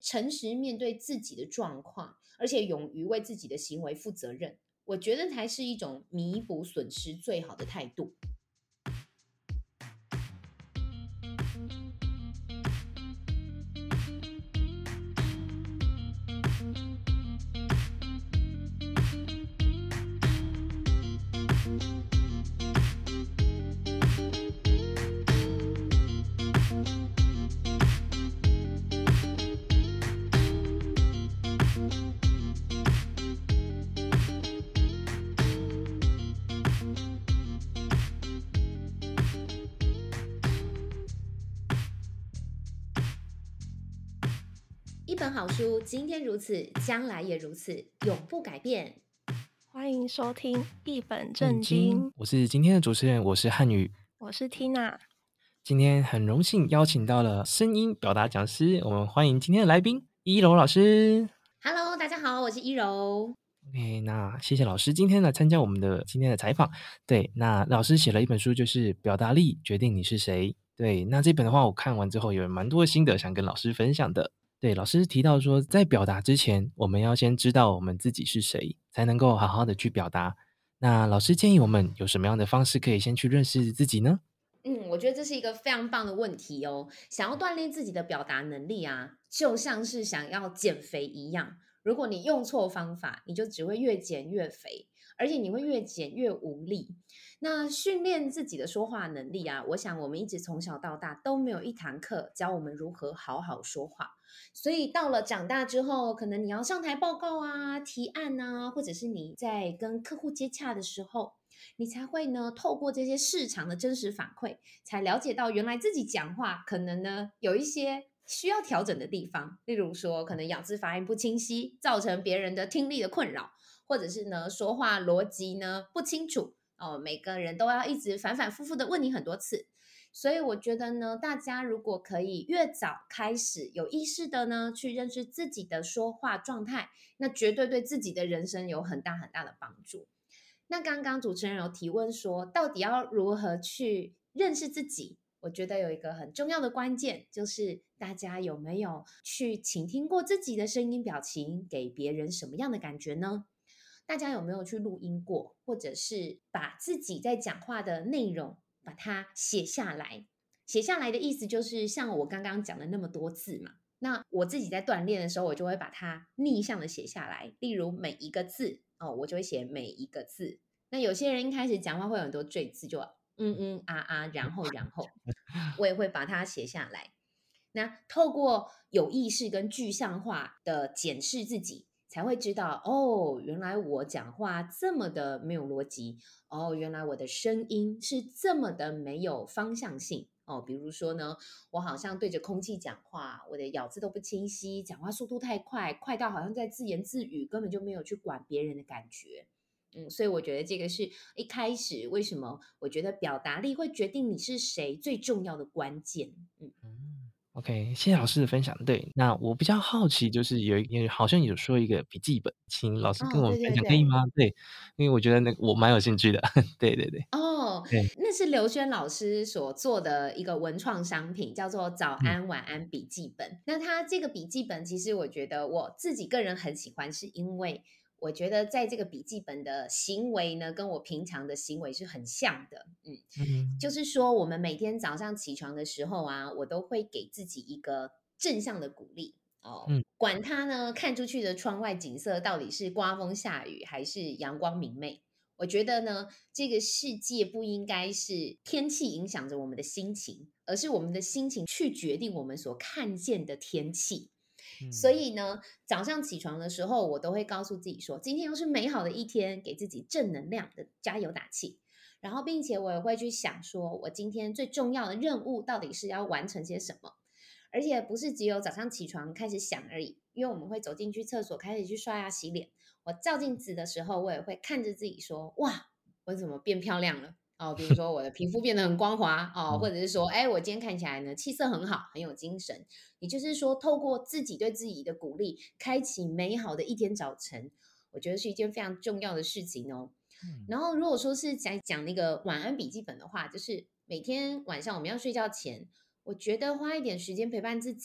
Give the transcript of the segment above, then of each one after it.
诚实面对自己的状况，而且勇于为自己的行为负责任，我觉得才是一种弥补损失最好的态度。一本好书，今天如此，将来也如此，永不改变。 欢迎收听一本圣正经， 经，我是今天的主持人，我是汉语。 我是 Tina。 今天很荣幸邀请到了声音表达讲师，我们欢迎今天的来宾一柔老师。 Hello，大家好，我是一柔。 OK，那谢谢老师今天来参加我们的今天的采访。对，那老师写了一本书，就是《表达力决定你是谁》。对，那这本的话，我看完之后有蛮多的心得想跟老师分享的。对，老师提到说，在表达之前，我们要先知道我们自己是谁，才能够好好的去表达。那老师建议我们有什么样的方式可以先去认识自己呢？ 我觉得这是一个非常棒的问题哦。想要锻炼自己的表达能力啊，就像是想要减肥一样。如果你用错方法，你就只会越减越肥，而且你会越减越无力。那训练自己的说话能力啊，我想我们一直从小到大都没有一堂课教我们如何好好说话。所以到了长大之后，可能你要上台报告啊、提案啊，或者是你在跟客户接洽的时候，你才会呢透过这些市场的真实反馈，才了解到原来自己讲话可能呢有一些需要调整的地方，例如说可能咬字发音不清晰，造成别人的听力的困扰，或者是呢说话逻辑呢不清楚哦，每个人都要一直反反复复的问你很多次。所以我觉得呢，大家如果可以越早开始有意识的呢，去认识自己的说话状态，那绝对对自己的人生有很大很大的帮助。那刚刚主持人有提问说，到底要如何去认识自己？我觉得有一个很重要的关键，就是大家有没有去倾听过自己的声音、表情，给别人什么样的感觉呢？大家有没有去录音过，或者是把自己在讲话的内容把它写下来？写下来的意思就是像我刚刚讲的那么多字嘛。那我自己在锻炼的时候，我就会把它逆向的写下来，例如每一个字哦，我就会写每一个字。那有些人一开始讲话会有很多赘字，就然后，我也会把它写下来。那透过有意识跟具象化的检视自己，才会知道哦，原来我讲话这么的没有逻辑，哦，原来我的声音是这么的没有方向性哦。比如说呢，我好像对着空气讲话，我的咬字都不清晰，讲话速度太快，快到好像在自言自语，根本就没有去管别人的感觉。所以我觉得这个是一开始为什么我觉得表达力会决定你是谁最重要的关键。 OK，谢谢老师的分享。对，那我比较好奇，就是好像有说一个笔记本，请老师跟哦，对我们分享，可以对对。 吗？对，因为我觉得那个我蛮有兴趣的。对对对， 哦， 对， 那是刘轩老师所做的一个文创商品，叫做早嗯安晚安笔记本。那它这个笔记本，其实我觉得我自己个人很喜欢，是因为我觉得在这个笔记本的行为呢，跟我平常的行为是很像的。就嗯是说我们每天早上起床的时候啊，我都会给自己一个正向的鼓励。哦， 嗯管它呢，看出去的窗外景色到底是刮风下雨还是阳光明媚，我觉得呢，这个世界不应该是天气影响着我们的心情，而是我们的心情去决定我们所看见的天气。所嗯以呢，早上起床的时候，我都会告诉自己说，今天又是美好的一天，给自己正能量的加油打气。然后，并且我也会去想说，我今天最重要的任务到底是要完成些什么，而且不是只有早上起床开始想而已，因为我们会走进去厕所，开始去刷牙洗脸。我照镜子的时候，我也会看着自己说：“哇，我怎么变漂亮了？”哦，比如说我的皮肤变得很光滑哦，或嗯者是说，哎，我今天看起来呢气色很好，很有精神。也就是说，透过自己对自己的鼓励，开启美好的一天早晨，我觉得是一件非常重要的事情哦。 嗯然后，如果说是讲那个晚安笔记本的话，就是每天晚上我们要睡觉前，我觉得花一点时间陪伴自己，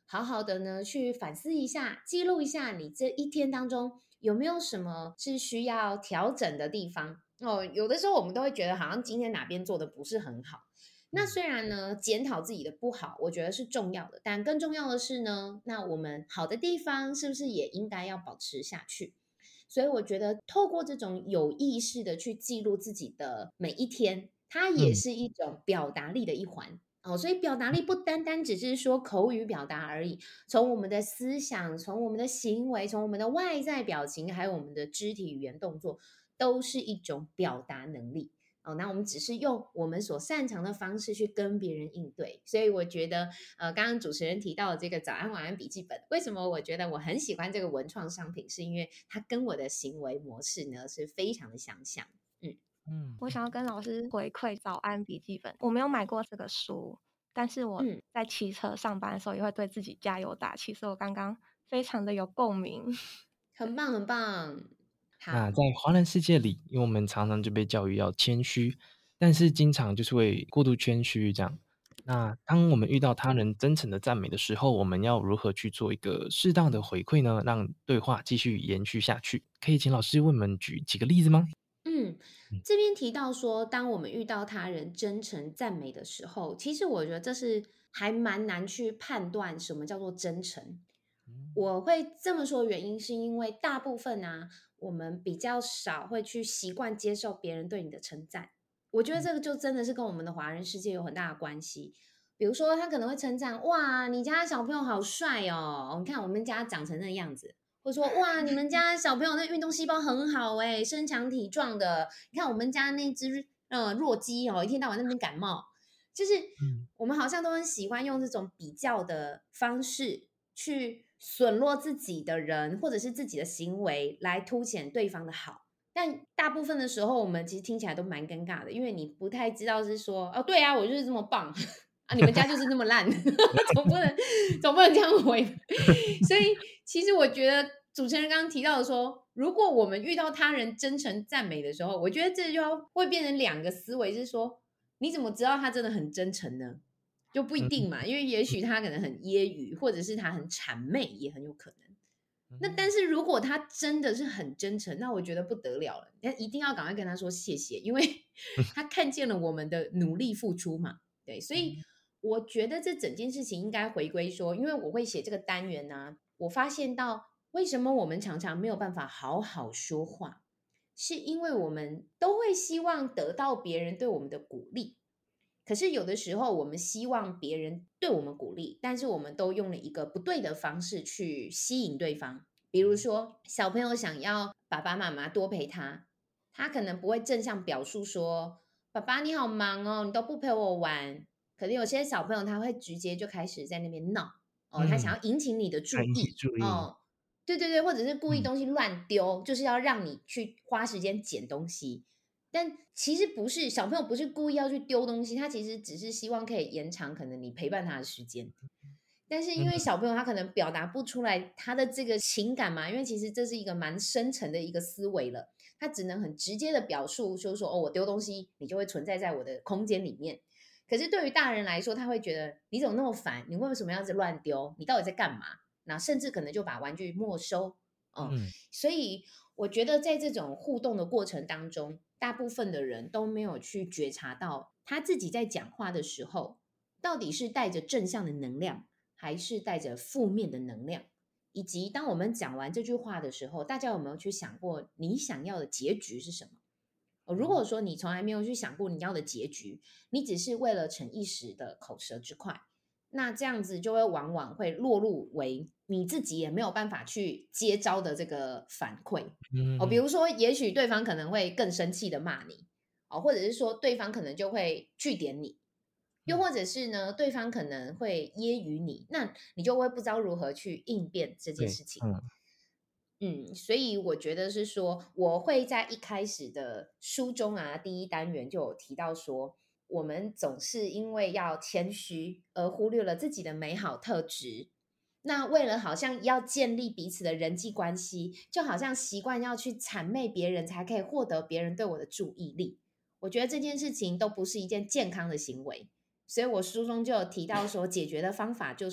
好好的呢去反思一下，记录一下你这一天当中有没有什么是需要调整的地方哦。有的时候我们都会觉得好像今天哪边做的不是很好。那虽然呢，检讨自己的不好，我觉得是重要的，但更重要的是呢，那我们好的地方是不是也应该要保持下去？所以我觉得透过这种有意识的去记录自己的每一天，它也嗯是一种表达力的一环。哦，所以表达力不单单只是说口语表达而已，从我们的思想，从我们的行为，从我们的外在表情，还有我们的肢体语言动作，都是一种表达能力。哦，那我们只是用我们所擅长的方式去跟别人应对，所以我觉得，刚刚主持人提到的这个早安晚安笔记本，为什么我觉得我很喜欢这个文创商品，是因为它跟我的行为模式呢是非常的相像。嗯嗯我想要跟老师回馈早安笔记本，我没有买过这个书，但是我嗯， 在骑车上班的时候也会对自己加油打气，所以我刚刚非常的有共鸣。 很棒很棒。 那好， 在华人世界里，因为我们常常就被教育要谦虚，但是经常就是会过度谦虚这样。那当我们遇到他人真诚的赞美的时候，我们要如何去做一个适当的回馈呢？让对话继续延续下去？可以请老师为我们举几个例子吗？ 嗯， 嗯这边提到说，当我们遇到他人真诚赞美的时候，其实我觉得这是还蛮难去判断什么叫做真诚。 嗯我会这么说，原因是因为大部分啊，我们比较少会去习惯接受别人对你的称赞。我觉得这个就真的是跟我们的华人世界有很大的关系。比如说，他可能会称赞：“哇，你家的小朋友好帅哦！你看我们家长成那样子。”或者说：“哇，你们家小朋友那运动细胞很好诶，身强体壮的。你看我们家那只弱鸡哦，一天到晚在那边感冒。”就是嗯我们好像都很喜欢用这种比较的方式去损落自己的人，或者是自己的行为，来凸显对方的好。但大部分的时候，我们其实听起来都蛮尴尬的，因为你不太知道是说，哦，对啊，我就是这么棒啊，你们家就是那么烂，总不能这样回。所以，其实我觉得主持人刚刚提到的说，如果我们遇到他人真诚赞美的时候，我觉得这就会变成两个思维，是说，你怎么知道他真的很真诚呢？就不一嗯定嘛，因为也许他可能很揶揄，或者是他很谄媚，也很有可能。那但嗯是如果他真的是很真诚，那我觉得不得了了，那一定要赶快跟他说谢谢，因为他看见了我们的努力付出嘛。对，所以我觉得这整件事情应该回归说，因为我会写这个单元呢、我发现到为什么我们常常没有办法好好说话，是因为我们都会希望得到别人对我们的鼓励。可是有的时候，我们希望别人对我们鼓励，但是我们都用了一个不对的方式去吸引对方。比如说，小朋友想要爸爸妈妈多陪他，他可能不会正向表述说：“爸爸你好忙哦，你都不陪我玩。”可能有些小朋友他会直接就开始在那边闹哦，他想嗯， 要引起你的来引起注意注意。 哦，对对对，或者是故意嗯东西乱丢，就是要让你去花时间捡东西。但其实不是，小朋友不是故意要去丢东西，他其实只是希望可以延长可能你陪伴他的时间。但是因为嗯小朋友他可能表达不出来他的这个情感嘛，因为其实这是一个蛮深层的一个思维了，他只能很直接的表述，就是说哦，我丢东西，你就会存在在我的空间里面。可是对于大人来说，他会觉得你怎么那么烦？你为什么要一直乱丢？你到底在干嘛？那甚至可能就把玩具没收。哦， 嗯， 所以我觉得在这种互动的过程当中，大部分的人都没有去觉察到他自己在讲话的时候，到底是带着正向的能量，还是带着负面的能量。以及当我们讲完这句话的时候，大家有没有去想过你想要的结局是什么？如果说你从来没有去想过你要的结局，你只是为了逞一时的口舌之快，那这样子就会往往会落入为你自己也没有办法去接招的这个反馈哦。比嗯如说，也许对方可能会更生气的骂你哦，或者是说对方可能就会据点你，又或者是呢，对方可能会揶揄你，那你就会不知道如何去应变这件对， 事情。 嗯所以我觉得是说，我会在一开始的书中啊，第一单元就有提到说，我们总是因为要谦虚而忽略了自己的美好特质。那为了好像要建立彼此的人际关系，就好像习惯要去谄媚别人，才可以获得别人对我的注意力。我觉得这件事情都不是一件健康的行为。所以我书中就有提到说，解决的方法就是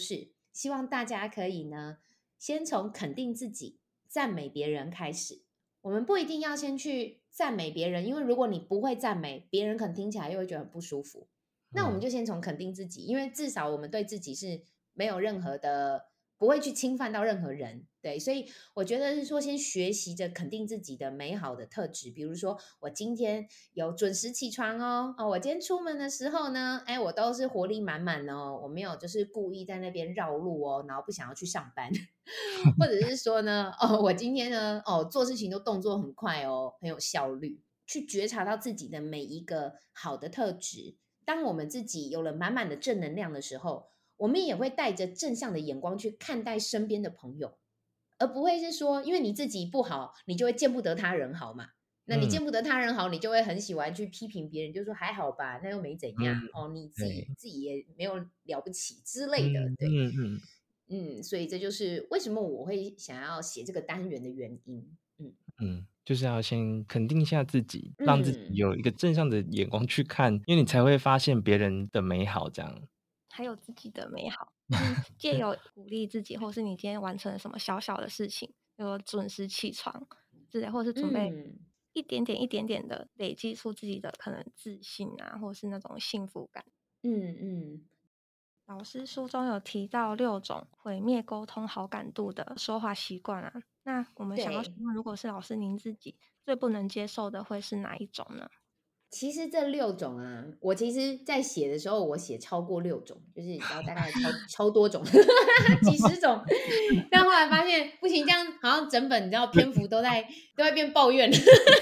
希望大家可以呢，先从肯定自己、赞美别人开始。我们不一定要先去赞美别人，因为如果你不会赞美，别人可能听起来又会觉得很不舒服。那我们就先从肯定自己，因为至少我们对自己是没有任何的，不会去侵犯到任何人。对，所以我觉得是说，先学习着肯定自己的美好的特质，比如说我今天有准时起床哦，我今天出门的时候呢，我都是活力满满哦，我没有就是故意在那边绕路哦，然后不想要去上班，或者是说呢，我今天呢，做事情都动作很快哦，很有效率，去觉察到自己的每一个好的特质。当我们自己有了满满的正能量的时候，我们也会带着正向的眼光去看待身边的朋友，而不会是说，因为你自己不好，你就会见不得他人好嘛。那你见不得他人好，你就会很喜欢去批评别人，就说还好吧，那又没怎样你自己也没有了不起之类的，对，所以这就是为什么我会想要写这个单元的原因。 就是要先肯定一下自己，让自己有一个正向的眼光去看，因为你才会发现别人的美好，这样还有自己的美好，就是借由鼓励自己，或是你今天完成了什么小小的事情，比如准时起床之类，或是准备一点点、一点点的累积出自己的可能自信啊，或是那种幸福感。老师书中有提到6种毁灭沟通好感度的说话习惯啊，那我们想要问，如果是老师您自己最不能接受的会是哪一种呢？ 其实这6种啊，我其实在写的时候，我写超过6种，就是你知道大概超多种，几十种，但后来发现不行，这样好像整本你知道篇幅都在变抱怨。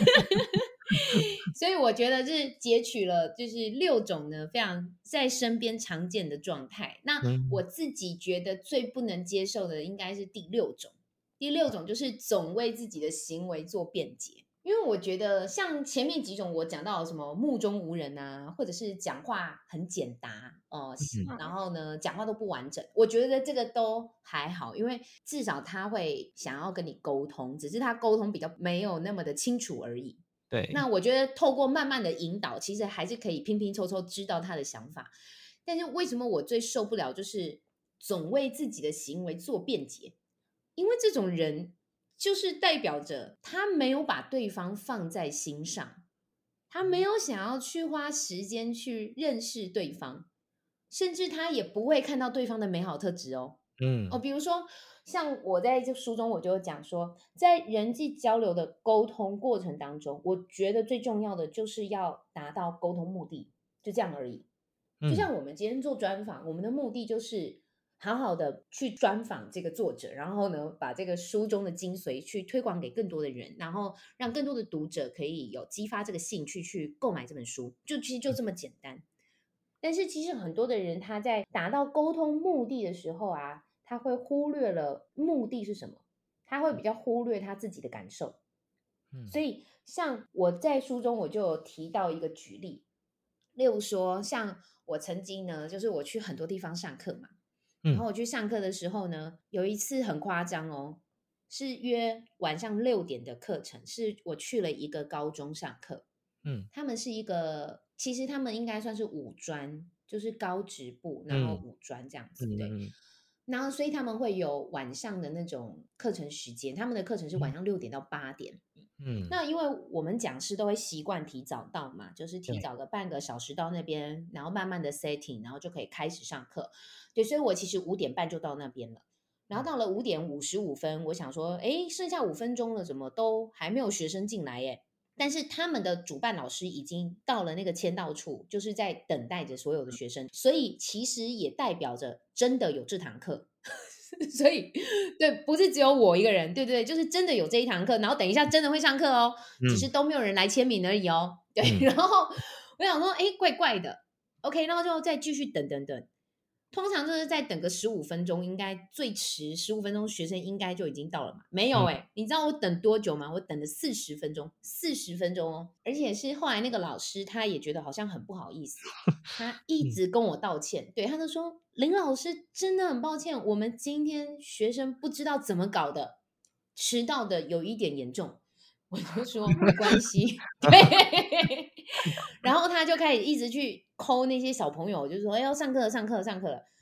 所以我觉得是截取了就是6种呢非常在身边常见的状态。那我自己觉得最不能接受的应该是第6种。第6种就是总为自己的行为做辩解。因为我觉得像前面几种我讲到什么目中无人啊，或者是讲话很简答然后呢讲话都不完整，我觉得这个都还好，因为至少他会想要跟你沟通，只是他沟通比较没有那么的清楚而已。 对， 那我觉得透过慢慢的引导，其实还是可以拼拼凑凑知道他的想法。但是为什么我最受不了就是总为自己的行为做辩解？因为这种人就是代表着他没有把对方放在心上，他没有想要去花时间去认识对方，甚至他也不会看到对方的美好特质比如说像我在这书中我就讲说，在人际交流的沟通过程当中，我觉得最重要的就是要达到沟通目的，就这样而已。就像我们今天做专访，我们的目的就是好好的去专访这个作者，然后呢，把这个书中的精髓去推广给更多的人，然后让更多的读者可以有激发这个兴趣去购买这本书，其实就这么简单。但是其实很多的人他在达到沟通目的的时候啊，他会忽略了目的是什么，他会比较忽略他自己的感受。所以像我在书中我就有提到一个举例，例如说像我曾经呢，就是我去很多地方上课嘛，然后我去上课的时候呢，有一次很夸张是约晚上6点的课程，是我去了一个高中上课，他们是一个，其实他们应该算是五专，就是高职部，然后五专这样子，对。然后所以他们会有晚上的那种课程时间，他们的课程是晚上6点到8点。那因为我们讲师都会习惯提早到嘛，就是提早个半个小时到那边，然后慢慢的 setting， 然后就可以开始上课。对，所以我其实5点半就到那边了。然后到了5点55分，我想说，剩下5分钟了，怎么都还没有学生进来耶？但是他们的主办老师已经到了那个签到处，就是在等待着所有的学生，所以其实也代表着真的有这堂课。所以对，不是只有我一个人，对对对，就是真的有这一堂课，然后等一下真的会上课哦，只是都没有人来签名而已哦。对，然后我想说，怪怪的 ，OK， 然后就再继续等。通常就是再等个15分钟，应该最迟15分钟学生应该就已经到了嘛？没有你知道我等多久吗？我等了40分钟，40分钟哦，而且是后来那个老师他也觉得好像很不好意思，他一直跟我道歉，对，他就说林老师真的很抱歉，我们今天学生不知道怎么搞的，迟到的有一点严重。我就说没关系，对，然后他就开始一直去抠那些小朋友，就说要上课了。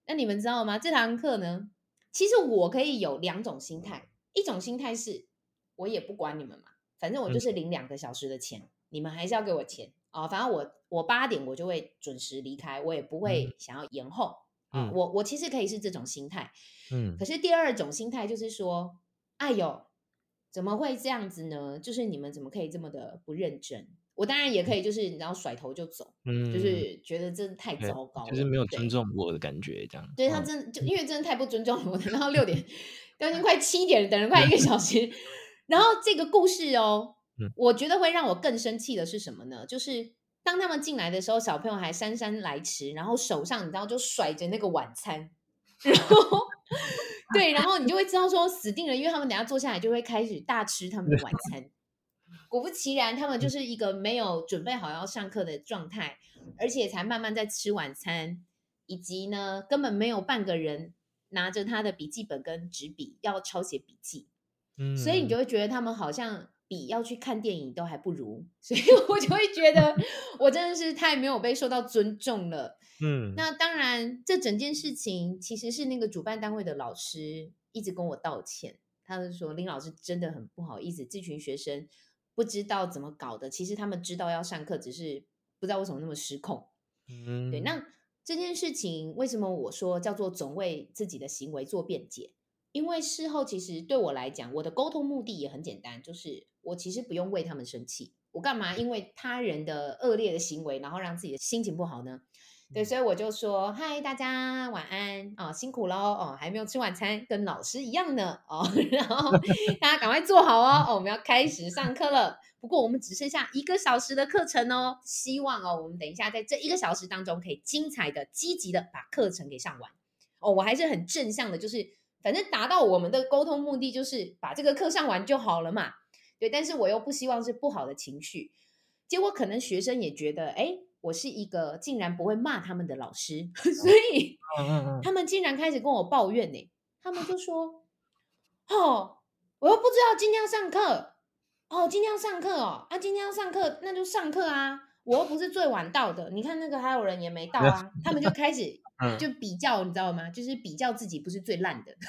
那你们知道吗？这堂课呢，其实我可以有2种心态，一种心态是我也不管你们嘛，反正我就是领2个小时的钱，你们还是要给我钱啊。反正我8点我就会准时离开，我也不会想要延后啊。我其实可以是这种心态，可是第2种心态就是说，哎呦，怎么会这样子呢？就是你们怎么可以这么的不认真？我当然也可以，就是你知道甩头就走，就是觉得真的太糟糕了， 就是没有尊重我的感觉，这样。 对，他真的就因为真的太不尊重了，我等到6点，都已经快7点了，等了快1个小时。然后这个故事哦，我觉得会让我更生气的是什么呢？就是当他们进来的时候，小朋友还姗姗来迟，然后手上你知道就甩着那个晚餐，然后对，然后你就会知道说死定了，因为他们等一下坐下来就会开始大吃他们的晚餐。果不其然，他们就是一个没有准备好要上课的状态，而且才慢慢在吃晚餐，以及呢，根本没有半个人拿着他的笔记本跟纸笔要抄写笔记，所以你就会觉得他们好像比要去看电影都还不如，所以我就会觉得我真的是太没有被受到尊重了。那当然，这整件事情其实是那个主办单位的老师一直跟我道歉，他就说林老师真的很不好意思，这群学生不知道怎么搞的，其实他们知道要上课，只是不知道为什么那么失控。对，那这件事情为什么我说叫做总为自己的行为做辩解？因为事后其实对我来讲，我的沟通目的也很简单，就是我其实不用为他们生气，我干嘛因为他人的恶劣的行为，然后让自己的心情不好呢？对，所以我就说嗨，大家晚安哦，辛苦咯哦，还没有吃晚餐，跟老师一样呢哦，然后大家赶快坐好哦，我们要开始上课了。不过我们只剩下1个小时的课程哦，希望哦，我们等一下在这1个小时当中可以精彩的、积极的把课程给上完哦。我还是很正向的，就是反正达到我们的沟通目的，就是把这个课上完就好了嘛。对，但是我又不希望是不好的情绪，结果可能学生也觉得，哎，我是一个竟然不会骂他们的老师，所以他们竟然开始跟我抱怨呢。他们就说：哦，我又不知道今天要上课，哦，今天要上课哦，啊，今天要上课，那就上课啊，我又不是最晚到的，你看那个还有人也没到啊。他们就开始就比较，你知道吗？就是比较自己不是最烂的。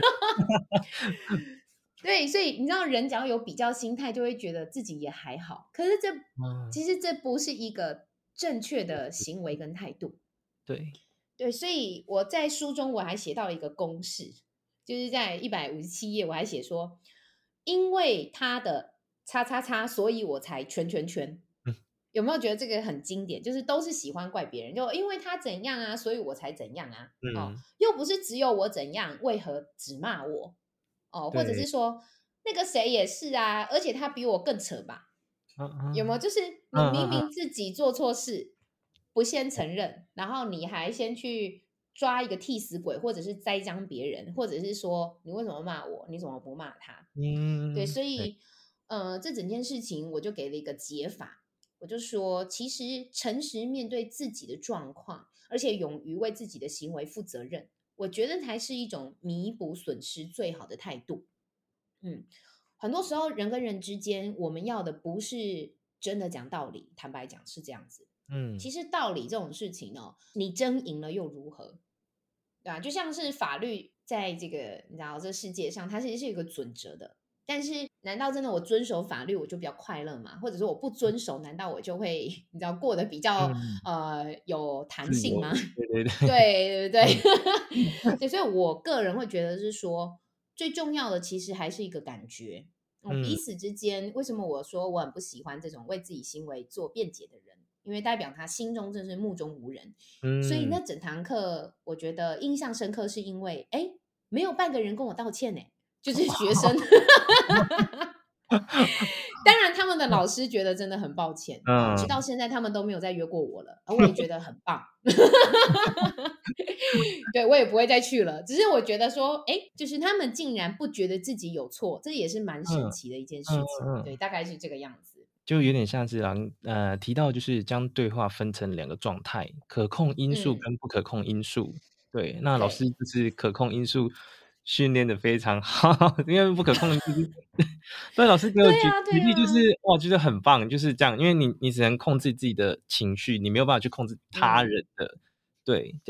对，所以你知道，人只要有比较心态，就会觉得自己也还好。可是其实这不是一个正确的行为跟态度。对，所以我在书中我还写到一个公式，就是在157页，我还写说，因为他的叉叉叉，所以我才圈圈圈。有没有觉得这个很经典？就是都是喜欢怪别人，就因为他怎样啊，所以我才怎样啊。哦，又不是只有我怎样，为何只骂我？哦，或者是说那个谁也是啊，而且他比我更扯吧？有没有？就是你明明自己做错事，不先承认，然后你还先去抓一个替死鬼，或者是栽赃别人，或者是说你为什么骂我？你怎么不骂他？对，所以这整件事情我就给了一个解法，我就说，其实诚实面对自己的状况，而且勇于为自己的行为负责任，我觉得才是一种弥补损失最好的态度。很多时候人跟人之间，我们要的不是真的讲道理，坦白讲是这样子。其实道理这种事情哦，你争赢了又如何？对吧？就像是法律在这个你知道这世界上，它其实是有一个准则的。但是难道真的我遵守法律我就比较快乐吗？或者说我不遵守，难道我就会你知道过得比较有弹性吗？对对对，所以我个人会觉得是说，最重要的其实还是一个感觉。彼此之间，为什么我说我很不喜欢这种为自己行为做辩解的人？因为代表他心中真是目中无人。所以那整堂课我觉得印象深刻，是因为没有半个人跟我道歉呢，就是学生。当然他们的老师觉得真的很抱歉，直到现在他们都没有再约过我了，而我也觉得很棒。对，我也不会再去了，只是我觉得说就是他们竟然不觉得自己有错，这也是蛮神奇的一件事情。对，大概是这个样子。 就有点像是提到就是将对话分成2个状态，可控因素跟不可控因素。对，那老师就是可控因素训练的非常好，因为不可控因素所以老师给我举例就是我觉得很棒，就是这样，因为你只能控制自己的情绪，你没有办法去控制他人的。对，这样。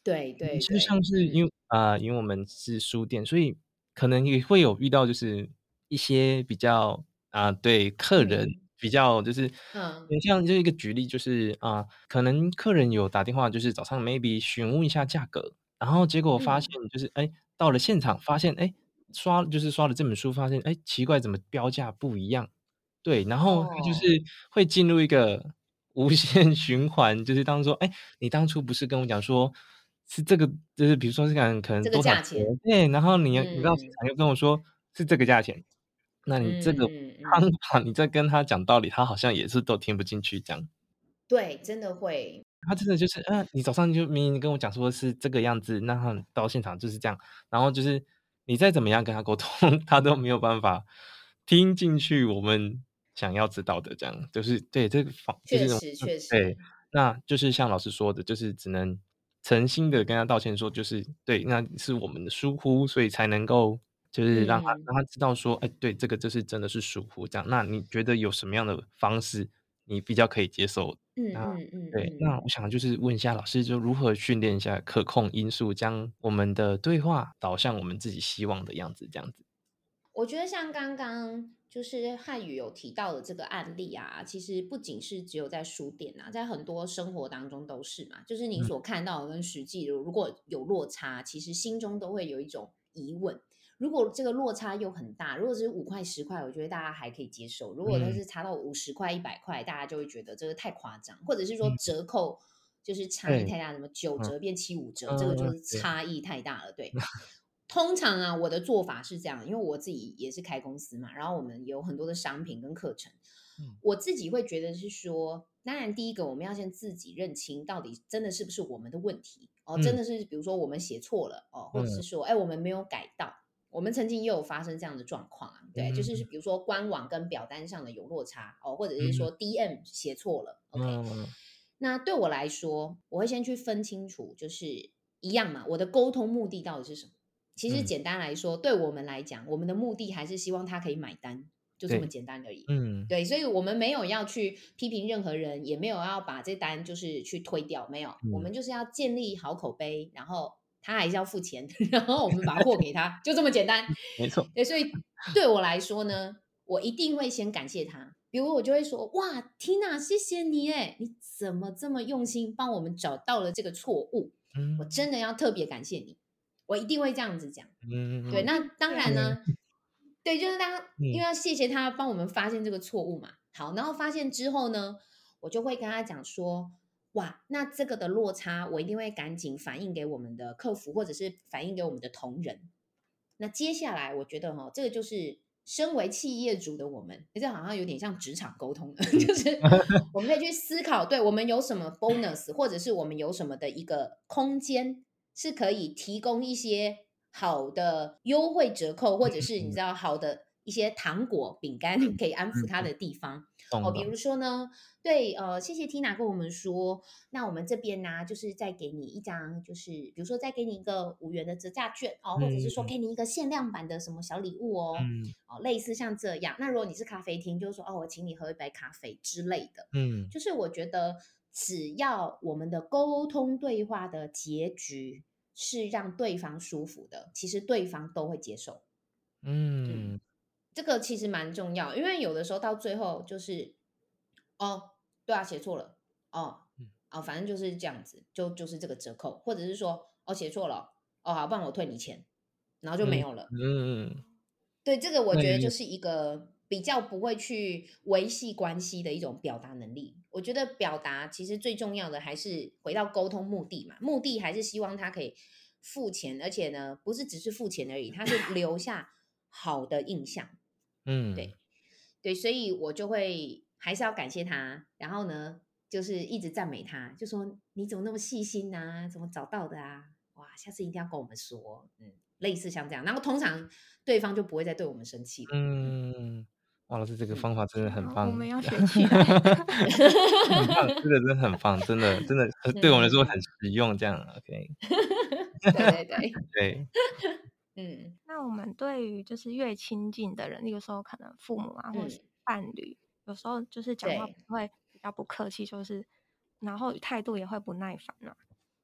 对对其实像对， 是因为我们是书店，所以可能也会有遇到就是一些比较对客人比较就是你像就一个举例就是可能客人有打电话就是早上 maybe 询问一下价格，然后结果发现就是到了现场发现刷了这本书发现奇怪怎么标价不一样，对，然后他就是会进入一个无限循环，就是当说你当初不是跟我讲说是这个就是比如说是可能这个多少钱， 价钱， 对，然后你到现场又跟我说是这个价钱，那你这个方法你在跟他讲道理，他好像也是都听不进去这样。 对，真的会。 他真的就是你早上就明明跟我讲说是这个样子，那他到现场就是这样，然后就是你再怎么样跟他沟通，他都没有办法听进去我们想要知道的这样，就是对这个就是确对， 实， 那就是像老师说的，就是只能诚心的跟他道歉说，就是对，那是我们的疏忽，所以才能够就是让他知道说，对，这个就是真的是疏忽这样。那你觉得有什么样的方式你比较可以接受？那对，那我想就是问一下老师，就如何训练一下可控因素，将我们的对话导向我们自己希望的样子，这样子。 我觉得像刚刚就是汉语有提到的这个案例啊，其实不仅是只有在书店啊，在很多生活当中都是嘛。就是你所看到的跟实际的如果有落差，其实心中都会有一种疑问。如果这个落差又很大，如果是5块10块，我觉得大家还可以接受；如果它是差到50块100块，大家就会觉得这个太夸张，或者是说折扣就是差异太大，什么9折变7、5折，这个就是对， 差异太大了。对，通常啊，我的做法是这样，因为我自己也是开公司嘛，然后我们有很多的商品跟课程，我自己会觉得是说，当然第一个我们要先自己认清，到底真的是不是我们的问题哦，真的是比如说我们写错了哦，或者是说我们没有改到，我们曾经也有发生这样的状况啊，对，就是比如说官网跟表单上的有落差哦，或者是说 DM 写错了，OK，那对我来说，我会先去分清楚，就是一样嘛，我的沟通目的到底是什么？其实简单来说，对我们来讲，我们的目的还是希望他可以买单，就这么简单而已。对，所以我们没有要去批评任何人，也没有要把这单就是去推掉，没有，我们就是要建立好口碑，然后他还是要付钱，然后我们把货给他，就这么简单。 没错。 对，所以对我来说呢，我一定会先感谢他。比如我就会说，哇，Tina，谢谢你，你怎么这么用心帮我们找到了这个错误？我真的要特别感谢你。我一定会这样子讲，对。那当然呢，对，就是因为要谢谢他帮我们发现这个错误嘛。好，然后发现之后呢，我就会跟他讲说，哇，那这个的落差，我一定会赶紧反映给我们的客服，或者是反映给我们的同仁。那接下来，我觉得这个就是身为企业主的我们，这好像有点像职场沟通了，就是我们可以去思考，对我们有什么 bonus，或者是我们有什么的一个空间。是可以提供一些好的优惠折扣，或者是你知道好的一些糖果、饼干可以安抚他的地方哦。比如说呢，对，谢谢 Tina 跟我们说，那我们这边呢，就是再给你一张，就是比如说再给你一个5元的折价券哦，或者是说给你一个限量版的什么小礼物哦，类似像这样。那如果你是咖啡厅，就是说我请你喝一杯咖啡之类的，就是我觉得只要我们的沟通对话的结局是让对方舒服的，其实对方都会接受。这个其实蛮重要，因为有的时候到最后就是对啊，写错了反正就是这样子，就是这个折扣，或者是说写错了好，不然我退你钱，然后就没有了。对，这个我觉得就是一个比较不会去维系关系的一种表达能力。我觉得表达其实最重要的还是回到沟通目的嘛，目的还是希望他可以付钱，而且呢，不是只是付钱而已，他是留下好的印象。对，所以我就会还是要感谢他，然后呢，就是一直赞美他，就说你怎么那么细心啊，怎么找到的啊？哇，下次一定要跟我们说，类似像这样，然后通常对方就不会再对我们生气了。 哇，老师这个方法真的很棒， 我们要学起来。 很棒，这个真的很棒，真的对我们来说很实用，这样 OK。 对对对， 对， 那我们对于就是越亲近的人，例如说可能父母啊，或者是伴侣，有时候就是讲话会比较不客气，就是然后态度也会不耐烦啊。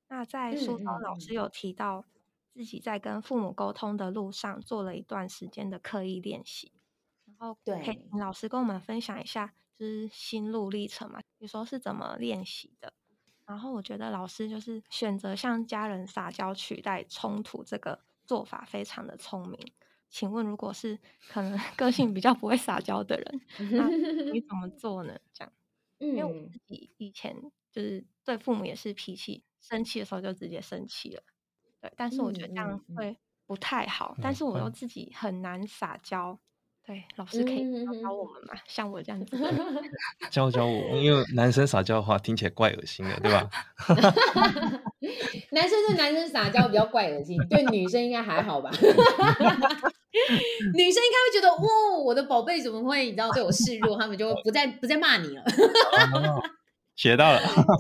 那在书中老师有提到自己在跟父母沟通的路上做了一段时间的刻意练习，然后可以请老师跟我们分享一下就是心路历程嘛，有时候是怎么练习的。然后我觉得老师就是选择向家人撒娇取代冲突这个做法非常的聪明。请问如果是可能个性比较不会撒娇的人，那你怎么做呢？这样，因为我自己以前就是对父母也是脾气，生气的时候就直接生气了，对，但是我觉得这样会不太好，但是我又自己很难撒娇。对，老师可以教教我们吗？像我这样子的人教我，因为男生撒娇的话听起来怪恶心的，对吧？ 男生对男生撒娇比较怪恶心，对女生应该还好吧？女生应该会觉得，哇，我的宝贝怎么会你知道对我示弱，他们就会不再骂你了。 学到了。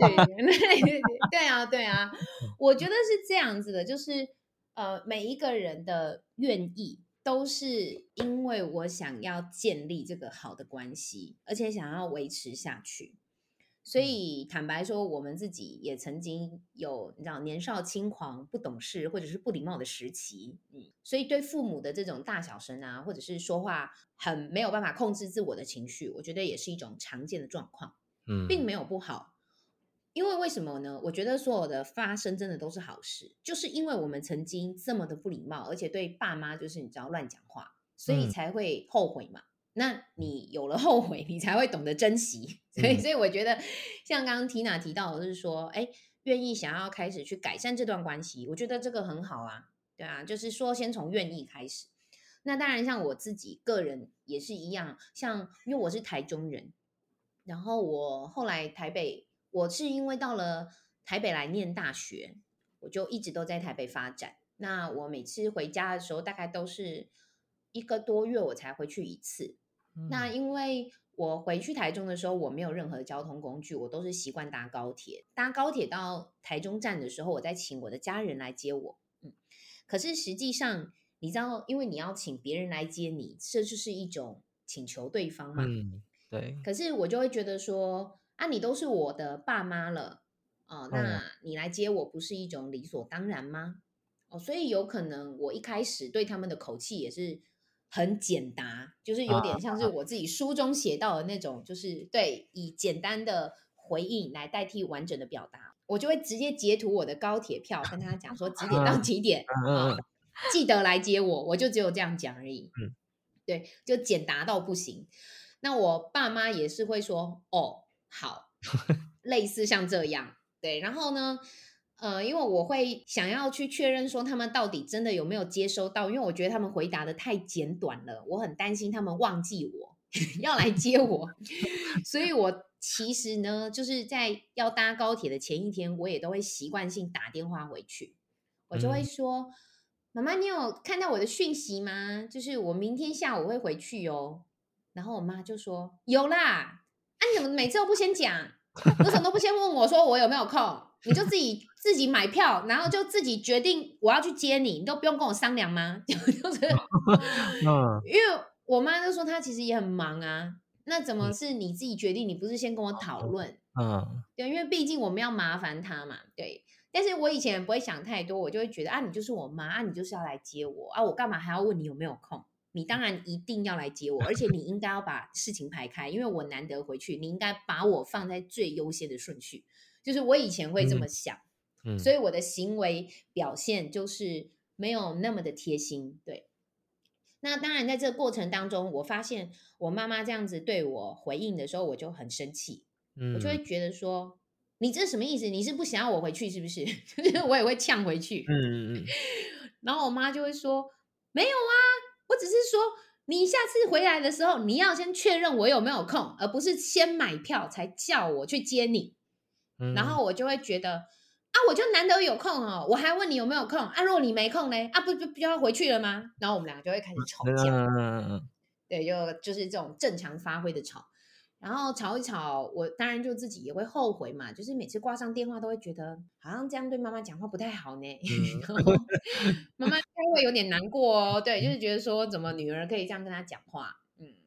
对啊，我觉得是这样子的，就是每一个人的愿意都是因为我想要建立这个好的关系，而且想要维持下去。所以坦白说，我们自己也曾经有你知道年少轻狂、不懂事或者是不礼貌的时期，所以对父母的这种大小声啊，或者是说话很没有办法控制自我的情绪，我觉得也是一种常见的状况，并没有不好。因为为什么呢？我觉得所有的发生真的都是好事，就是因为我们曾经这么的不礼貌，而且对爸妈就是你知道乱讲话，所以才会后悔嘛。那你有了后悔，你才会懂得珍惜。所以我觉得像刚刚 Tina 提到的就是说，愿意想要开始去改善这段关系，我觉得这个很好啊，对啊，就是说先从愿意开始。那当然像我自己个人也是一样，像因为我是台中人，然后我后来台北，我是因为到了台北来念大学，我就一直都在台北发展。那我每次回家的时候，大概都是1个多月我才回去一次。那因为我回去台中的时候，我没有任何的交通工具，我都是习惯搭高铁。搭高铁到台中站的时候，我再请我的家人来接我。可是实际上，你知道，因为你要请别人来接你，这就是一种请求对方嘛。 对。 可是我就会觉得说，啊，你都是我的爸妈了，那你来接我不是一种理所当然吗？所以有可能我一开始对他们的口气也是很简答，就是有点像是我自己书中写到的那种，就是对，以简单的回应来代替完整的表达，我就会直接截图我的高铁票，跟他讲说几点到几点记得来接我，我就只有这样讲而已。对，就简答到不行。那我爸妈也是会说，哦，好，类似像这样。对，然后呢，因为我会想要去确认说他们到底真的有没有接收到，因为我觉得他们回答的太简短了，我很担心他们忘记我要来接我，所以我其实呢，就是在要搭高铁的前一天，我也都会习惯性打电话回去，我就会说，妈妈，你有看到我的讯息吗？就是我明天下午会回去哦。然后我妈就说有啦，啊你怎么每次都不先讲？为什么都不先问我说我有没有空？你就自己买票，然后就自己决定我要去接你，你都不用跟我商量吗？就是因为我妈就说她其实也很忙啊，那怎么是你自己决定？你不是先跟我讨论？对，因为毕竟我们要麻烦她嘛，对。但是我以前不会想太多，我就会觉得啊，你就是我妈啊，你就是要来接我啊，我干嘛还要问你有没有空？你当然一定要来接我，而且你应该要把事情排开，因为我难得回去，你应该把我放在最优先的顺序。就是我以前会这么想，所以我的行为表现就是没有那么的贴心。对，那当然在这个过程当中，我发现我妈妈这样子对我回应的时候，我就很生气，我就会觉得说，你这是什么意思？你是不想要我回去是不是？就是我也会呛回去。然后我妈就会说，没有啊，我只是说你下次回来的时候，你要先确认我有没有空，而不是先买票才叫我去接你。然后我就会觉得啊，我就难得有空哦，我还问你有没有空啊？如果你没空呢？啊，不就要回去了吗？然后我们两个就会开始吵架。对，就是这种正常发挥的吵。然后吵一吵，我当然就自己也会后悔嘛，就是每次挂上电话都会觉得好像这样对妈妈讲话不太好呢，然后妈妈应该会有点难过哦。对，就是觉得说怎么女儿可以这样跟她讲话，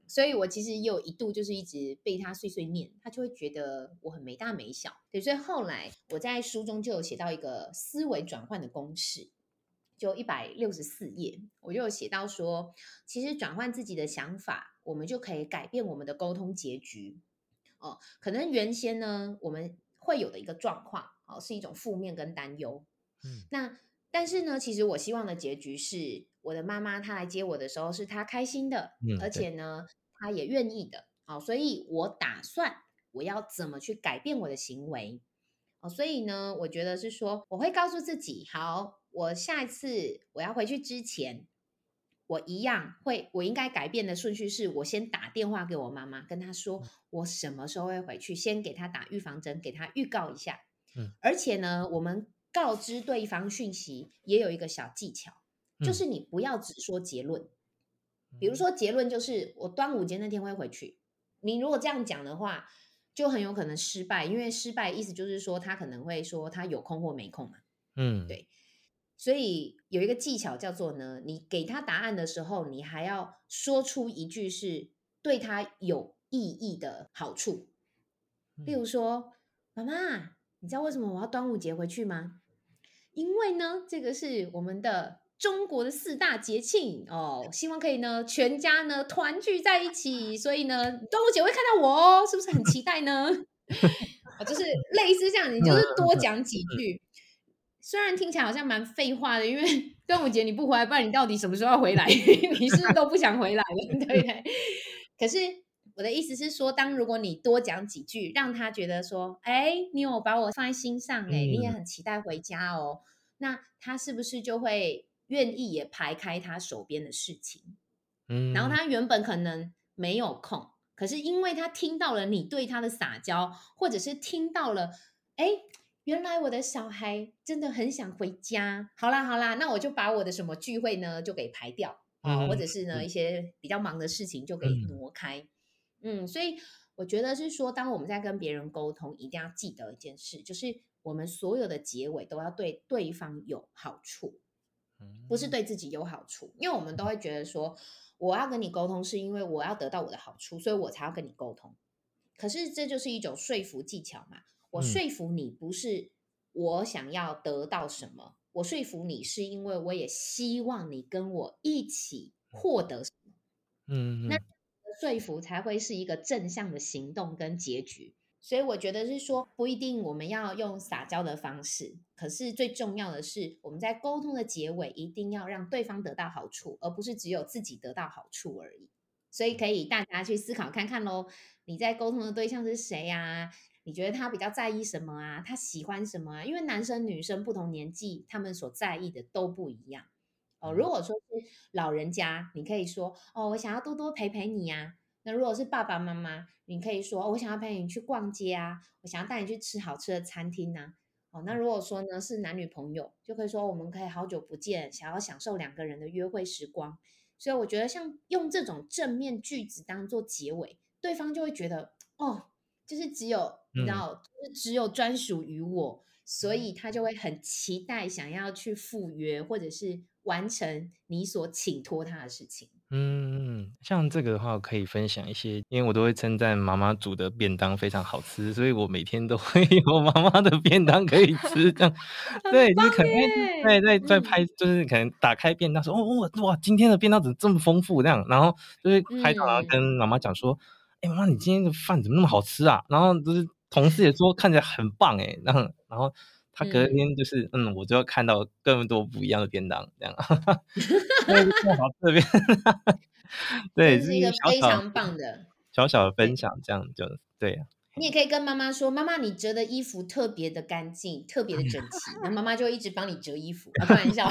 所以我其实也有一度就是一直被他碎碎念，他就会觉得我很没大没小。对，所以后来我在书中就有写到一个思维转换的公式，就164页，我就有写到说，其实转换自己的想法，我们就可以改变我们的沟通结局。可能原先呢，我们会有的一个状况，是一种负面跟担忧。但是呢，其实我希望的结局是，我的妈妈她来接我的时候是她开心的，而且呢，她也愿意的。所以我打算我要怎么去改变我的行为。所以呢，我觉得是说，我会告诉自己，好，我下一次我要回去之前，我一样会，我应该改变的顺序是，我先打电话给我妈妈，跟她说我什么时候会回去，先给她打预防针，给她预告一下。而且呢，我们告知对方讯息也有一个小技巧，就是你不要只说结论。比如说结论就是我端午节那天会回去，你如果这样讲的话，就很有可能失败，因为失败意思就是说他可能会说他有空或没空嘛。对。所以有一个技巧叫做呢，你给他答案的时候，你还要说出一句是对他有意义的好处。例如说，妈妈，你知道为什么我要端午节回去吗？因为呢，这个是我们的中国的4大节庆希望可以呢全家呢团聚在一起，所以呢端午节会看到我哦，是不是很期待呢？就是类似这样，你就是多讲几句。虽然听起来好像蛮废话的，因为端午节你不回来，不然你到底什么时候要回来？你是不是都不想回来了？对不对？可是我的意思是说，如果你多讲几句，让他觉得说，你有把我放在心上，你也很期待回家哦，那他是不是就会愿意也排开他手边的事情？然后他原本可能没有空，可是因为他听到了你对他的撒娇，或者是听到了，原来我的小孩真的很想回家。好啦，那我就把我的什么聚会呢就给排掉，或者是呢一些比较忙的事情就给挪开。所以我觉得是说，当我们在跟别人沟通，一定要记得一件事，就是我们所有的结尾都要对对方有好处，不是对自己有好处。因为我们都会觉得说，我要跟你沟通是因为我要得到我的好处，所以我才要跟你沟通。可是这就是一种说服技巧嘛。我说服你不是我想要得到什么，我说服你是因为我也希望你跟我一起获得什么。那说服才会是一个正向的行动跟结局。所以我觉得是说，不一定我们要用撒娇的方式，可是最重要的是，我们在沟通的结尾一定要让对方得到好处，而不是只有自己得到好处而已。所以可以大家去思考看看咯，你在沟通的对象是谁啊？你觉得他比较在意什么啊？他喜欢什么啊？因为男生女生不同年纪，他们所在意的都不一样。如果说是老人家，你可以说我想要多多陪陪你啊。那如果是爸爸妈妈，你可以说我想要陪你去逛街啊，我想要带你去吃好吃的餐厅啊。那如果说呢是男女朋友，就可以说我们可以好久不见，想要享受2个人的约会时光。所以我觉得像用这种正面句子当做结尾，对方就会觉得就是只有你知道，就是只有专属于我，所以他就会很期待想要去赴约，或者是完成你所请托他的事情。 像这个的话，我可以分享一些，因为我都会称赞妈妈煮的便当非常好吃，所以我每天都会有妈妈的便当可以吃，这样。对，就是可能在拍，就是可能打开便当说，哇，今天的便当怎么这么丰富这样，然后就是拍照，然后跟妈妈讲说，妈妈，你今天的饭怎么那么好吃啊？然后就是同事也说看起来很棒然后他隔天就是我就要看到更多不一样的便当这样。好这边对， 这是一个非常棒的小小的分享，这样就对啊。 你也可以跟妈妈说，妈妈你折的衣服特别的干净，特别的整齐，那妈妈就一直帮你折衣服。开玩笑。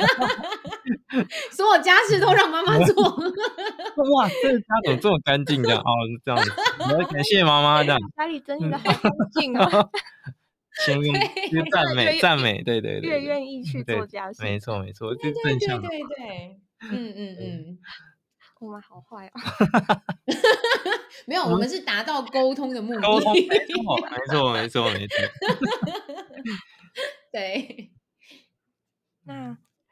所有家事都让妈妈做。 哇，这个家怎么这么干净这样？这样子，我要感谢妈妈这样。 家里整理的好干净哦。 先用赞美，对， 越愿意去做家事， 没错， 对， 我们好坏哦。 没有，我们是达到沟通的目的。 沟通，没错。 对。 那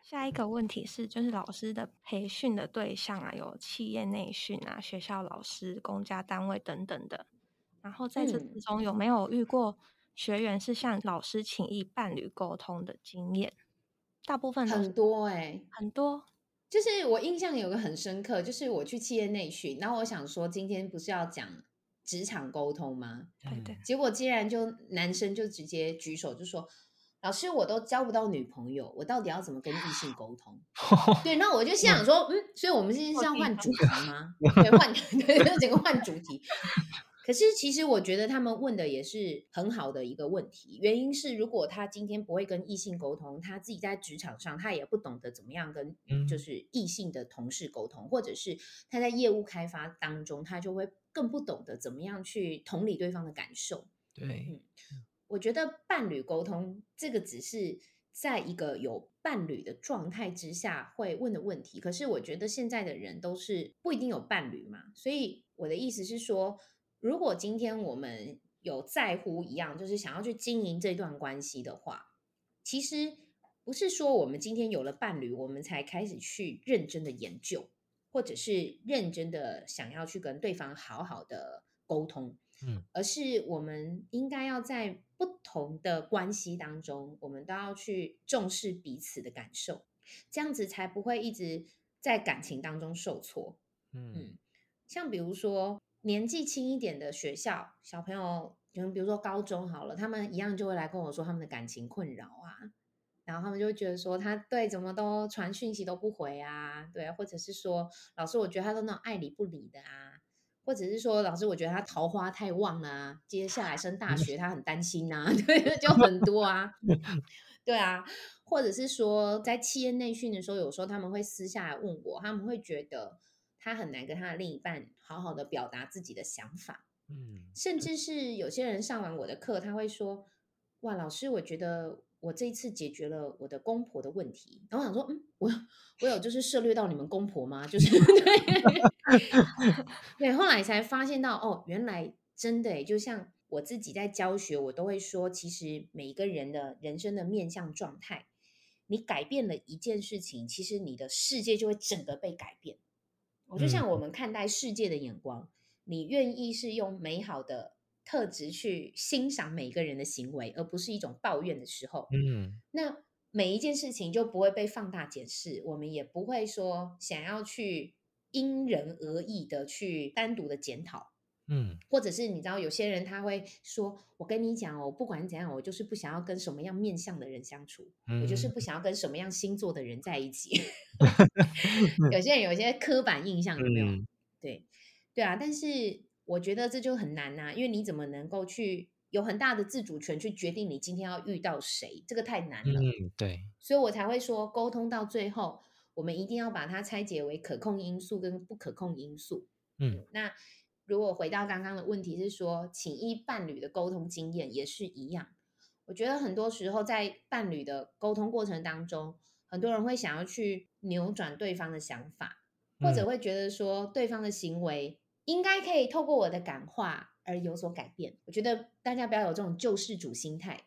下一个问题是，就是老师的培训的对象啊，有企业内训啊、学校老师、公家单位等等的。然后在这之中有没有遇过学员是向老师请益伴侣沟通的经验？大部分都是很多很多。 就是我印象有个很深刻，就是我去企业内训，然后我想说今天不是要讲职场沟通吗？ 对对， 结果竟然就男生就直接举手就说：“老师，我都交不到女朋友，我到底要怎么跟异性沟通？”对，那我就心想说，所以我们现在是要换主题吗？对，对，整个换主题。可是其实我觉得他们问的也是很好的一个问题，原因是如果他今天不会跟异性沟通，他自己在职场上他也不懂得怎么样跟就是异性的同事沟通，或者是他在业务开发当中，他就会更不懂得怎么样去同理对方的感受。 对， 我觉得伴侣沟通这个只是在一个有伴侣的状态之下会问的问题，可是我觉得现在的人都是不一定有伴侣嘛，所以我的意思是说，如果今天我们有在乎一样，就是想要去经营这段关系的话，其实不是说我们今天有了伴侣，我们才开始去认真的研究，或者是认真的想要去跟对方好好的沟通。而是我们应该要在不同的关系当中，我们都要去重视彼此的感受，这样子才不会一直在感情当中受挫。像比如说年纪轻一点的学校小朋友，比如说高中好了，他们一样就会来跟我说他们的感情困扰啊，然后他们就会觉得说他对怎么都传讯息都不回啊，对，或者是说老师我觉得他都那种爱理不理的啊，或者是说老师我觉得他桃花太旺了啊，接下来升大学他很担心啊，对，就很多啊，对啊，或者是说在企业内训的时候，有时候他们会私下来问我，他们会觉得他很难跟他的另一半好好的表达自己的想法，甚至是有些人上完我的课，他会说：“哇，老师，我觉得我这一次解决了我的公婆的问题。”然后我想说，我有就是涉猎到你们公婆吗？就是对对，后来才发现到哦，原来真的就像我自己在教学，我都会说，其实每一个人的人生的面向状态，你改变了一件事情，其实你的世界就会整个被改变。我就像我们看待世界的眼光，你愿意是用美好的特质去欣赏每个人的行为，而不是一种抱怨的时候，那每一件事情就不会被放大检视，我们也不会说想要去因人而异的去单独的检讨。或者是你知道有些人他会说，我跟你讲哦，不管怎样，我就是不想要跟什么样面相的人相处，我就是不想要跟什么样星座的人在一起。有些人有一些刻板印象，有没有？对，对啊，但是我觉得这就很难啊，因为你怎么能够去有很大的自主权去决定你今天要遇到谁，这个太难了。 对， 所以我才会说，沟通到最后，我们一定要把它拆解为可控因素跟不可控因素。那如果回到刚刚的问题是说，请益伴侣的沟通经验也是一样。我觉得很多时候在伴侣的沟通过程当中，很多人会想要去扭转对方的想法，或者会觉得说对方的行为应该可以透过我的感化而有所改变。我觉得大家不要有这种救世主心态。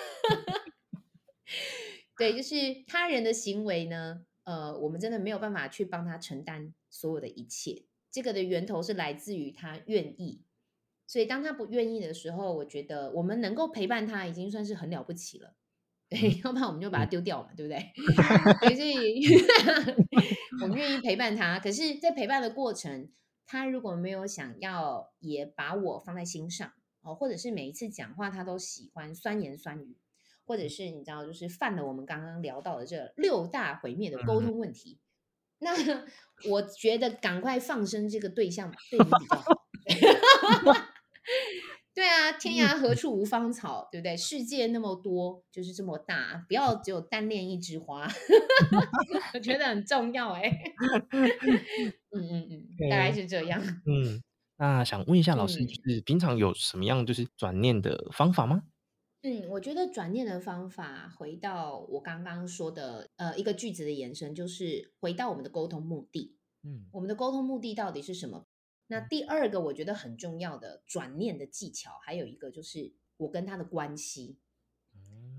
对，就是他人的行为呢，我们真的没有办法去帮他承担所有的一切。这个的源头是来自于他愿意，所以当他不愿意的时候，我觉得我们能够陪伴他已经算是很了不起了。对，要不然我们就把他丢掉嘛，对不对？对，所以我们愿意陪伴他。可是，在陪伴的过程，他如果没有想要也把我放在心上哦，或者是每一次讲话他都喜欢酸言酸语，或者是你知道，就是犯了我们刚刚聊到的这6大毁灭的沟通问题，那我觉得赶快放生这个对象对你比较好。对啊，天涯何处无芳草，对不对？世界那么多，就是这么大，不要只有单恋一枝花，我觉得很重要大概是这样。 那想问一下老师，就是平常有什么样就是转念的方法吗？ 我觉得转念的方法，回到我刚刚说的一个句子的延伸，就是回到我们的沟通目的。我们的沟通目的到底是什么？那第二个我觉得很重要的转念的技巧，还有一个就是我跟他的关系。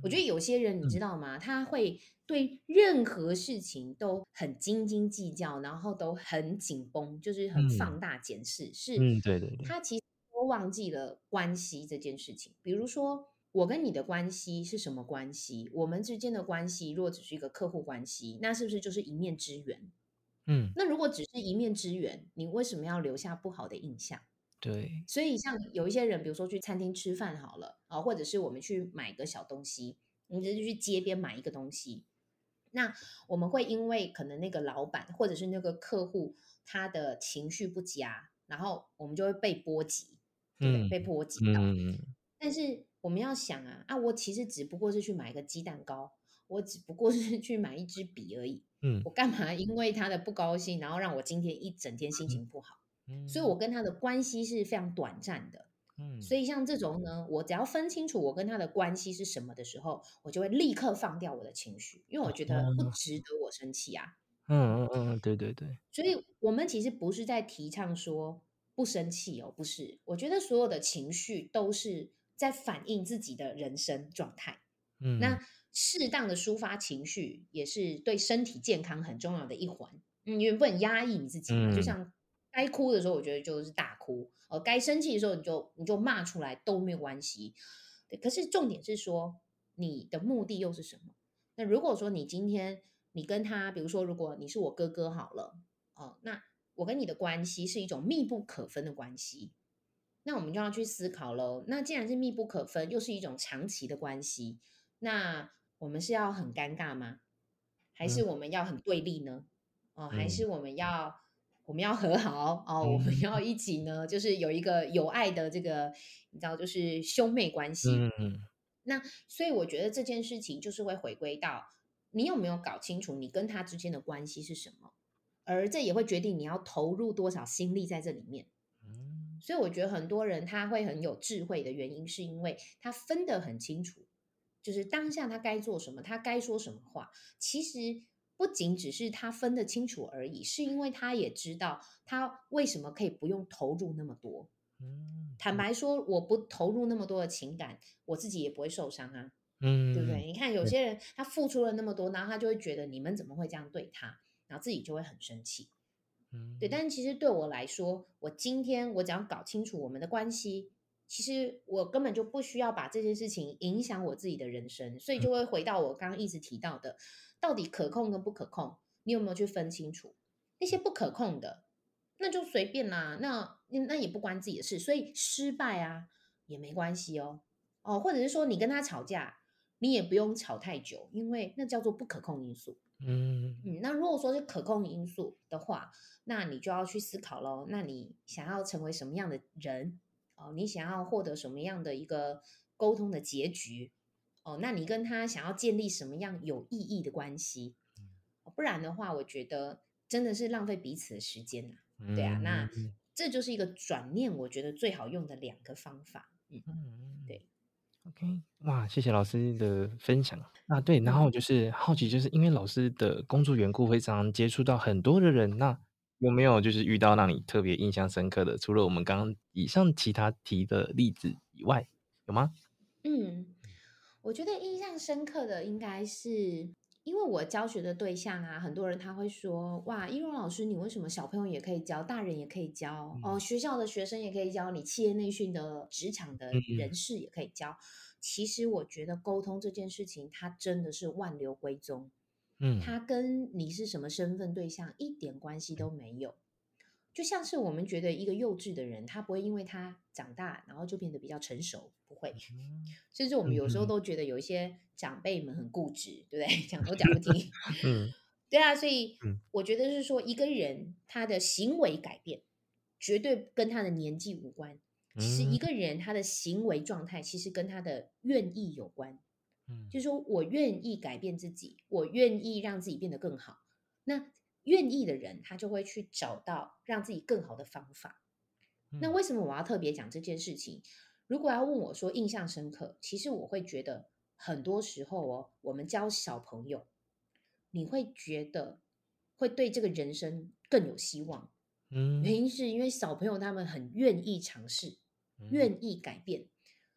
我觉得有些人你知嗯道吗？他会对任何事情都很斤斤计较，然后都很紧绷，就是很放嗯大检视，是嗯，对对对， 他其实都忘记了关系这件事情。比如说，我跟你的关系是什么关系？我们之间的关系，如果只是一个客户关系，那是不是就是一面之缘？ 嗯那如果只是一面之缘，你为什么要留下不好的印象？ 对， 所以像有一些人，比如说去餐厅吃饭好了啊，或者是我们去买个小东西，你直接去街边买一个东西，那我们会因为可能那个老板或者是那个客户他的情绪不佳，然后我们就会被波及，对不对？ 嗯被波及到。 嗯但是我们要想啊，我其实只不过是去买一个鸡蛋糕，我只不过是去买一支笔而已， 嗯我干嘛因为他的不高兴，然后让我今天一整天心情不好？所以我嗯跟他的关系是非常短暂的。 嗯所以像这种呢，我只要分清楚我跟他的关系是什么的时候，我就会立刻放掉我的情绪，因为我觉得不嗯值得我生气啊。 对对对， 所以我们其实不是在提倡说不生气哦，不是。我觉得所有的情绪都是在反映自己的人生状态。 嗯那适当的抒发情绪也是对身体健康很重要的一环。因为不能压抑你自己嘛。就嗯像该哭的时候，我觉得就是大哭；该生气的时候，你就骂出来都没有关系。对，可是重点是说你的目的又是什么？那如果说你今天你跟他，比如说如果你是我哥哥好了，那我跟你的关系是一种密不可分的关系，那我们就要去思考喽。那既然是密不可分，又是一种长期的关系，那我们是要很尴尬吗？还是嗯我们要很对立呢？还嗯是我们要和好哦？我们要嗯一起呢，就是有一个有爱的这个，你知道，就是兄妹关系。 嗯那所以我觉得这件事情就是会回归到你有没有搞清楚你跟他之间的关系是什么，而这也会决定你要投入多少心力在这里面。 嗯所以我觉得很多人他会很有智慧的原因，是因为他分得很清楚，就是当下他该做什么，他该说什么话。其实不仅只是他分得清楚而已，是因为他也知道他为什么可以不用投入那么多。坦白说，我不投入那么多的情感，我自己也不会受伤啊，对不嗯对？你看有些人他付出了那么多，然后他就会觉得你们怎么会这样对他，然后自己就会很生气。对，但是其实对我来说，我今天我只要搞清楚我们的关系，其实我根本就不需要把这件事情影响我自己的人生，所以就会回到我刚刚一直提到的，到底可控跟不可控，你有没有去分清楚？那些不可控的，那就随便啦，那也不关自己的事，所以失败啊也没关系哦，或者是说你跟他吵架，你也不用吵太久，因为那叫做不可控因素。那如果说是可控因素的话，那你就要去思考咯。那你想要成为什么样的人？你想要获得什么样的一个沟通的结局？那你跟他想要建立什么样有意义的关系？不然的话，我觉得真的是浪费彼此的时间呐。对啊，那这就是一个转念，我觉得最好用的两个方法。对。 OK，哇，谢谢老师的分享。那对，然后就是好奇，就是因为老师的工作缘故，会常常接触到很多的人，那有没有就是遇到让你特别印象深刻的？除了我们刚刚以上其他提的例子以外，有吗？ 我觉得印象深刻的应该是，因为我教学的对象啊，很多人他会说，哇，依荣老师，你为什么小朋友也可以教，大人也可以教，学校的学生也可以教，你企业内训的职场的人士也可以教。其实我觉得沟通这件事情，它真的是万流归宗，它跟你是什么身份对象一点关系都没有。就像是我们觉得一个幼稚的人，他不会因为他长大然后就变得比较成熟，不会。甚至我们有时候都觉得有一些长辈们很固执，对不对？讲都讲不听。对啊，所以我觉得是说，一个人他的行为改变，绝对跟他的年纪无关。其实一个人他的行为状态，其实跟他的愿意有关。就是说我愿意改变自己，我愿意让自己变得更好。那愿意的人，他就会去找到让自己更好的方法。那为什么我要特别讲这件事情？如果要问我说印象深刻，其实我会觉得很多时候我们教小朋友，你会觉得会对这个人生更有希望。原因是因为小朋友他们很愿意尝试，愿意改变，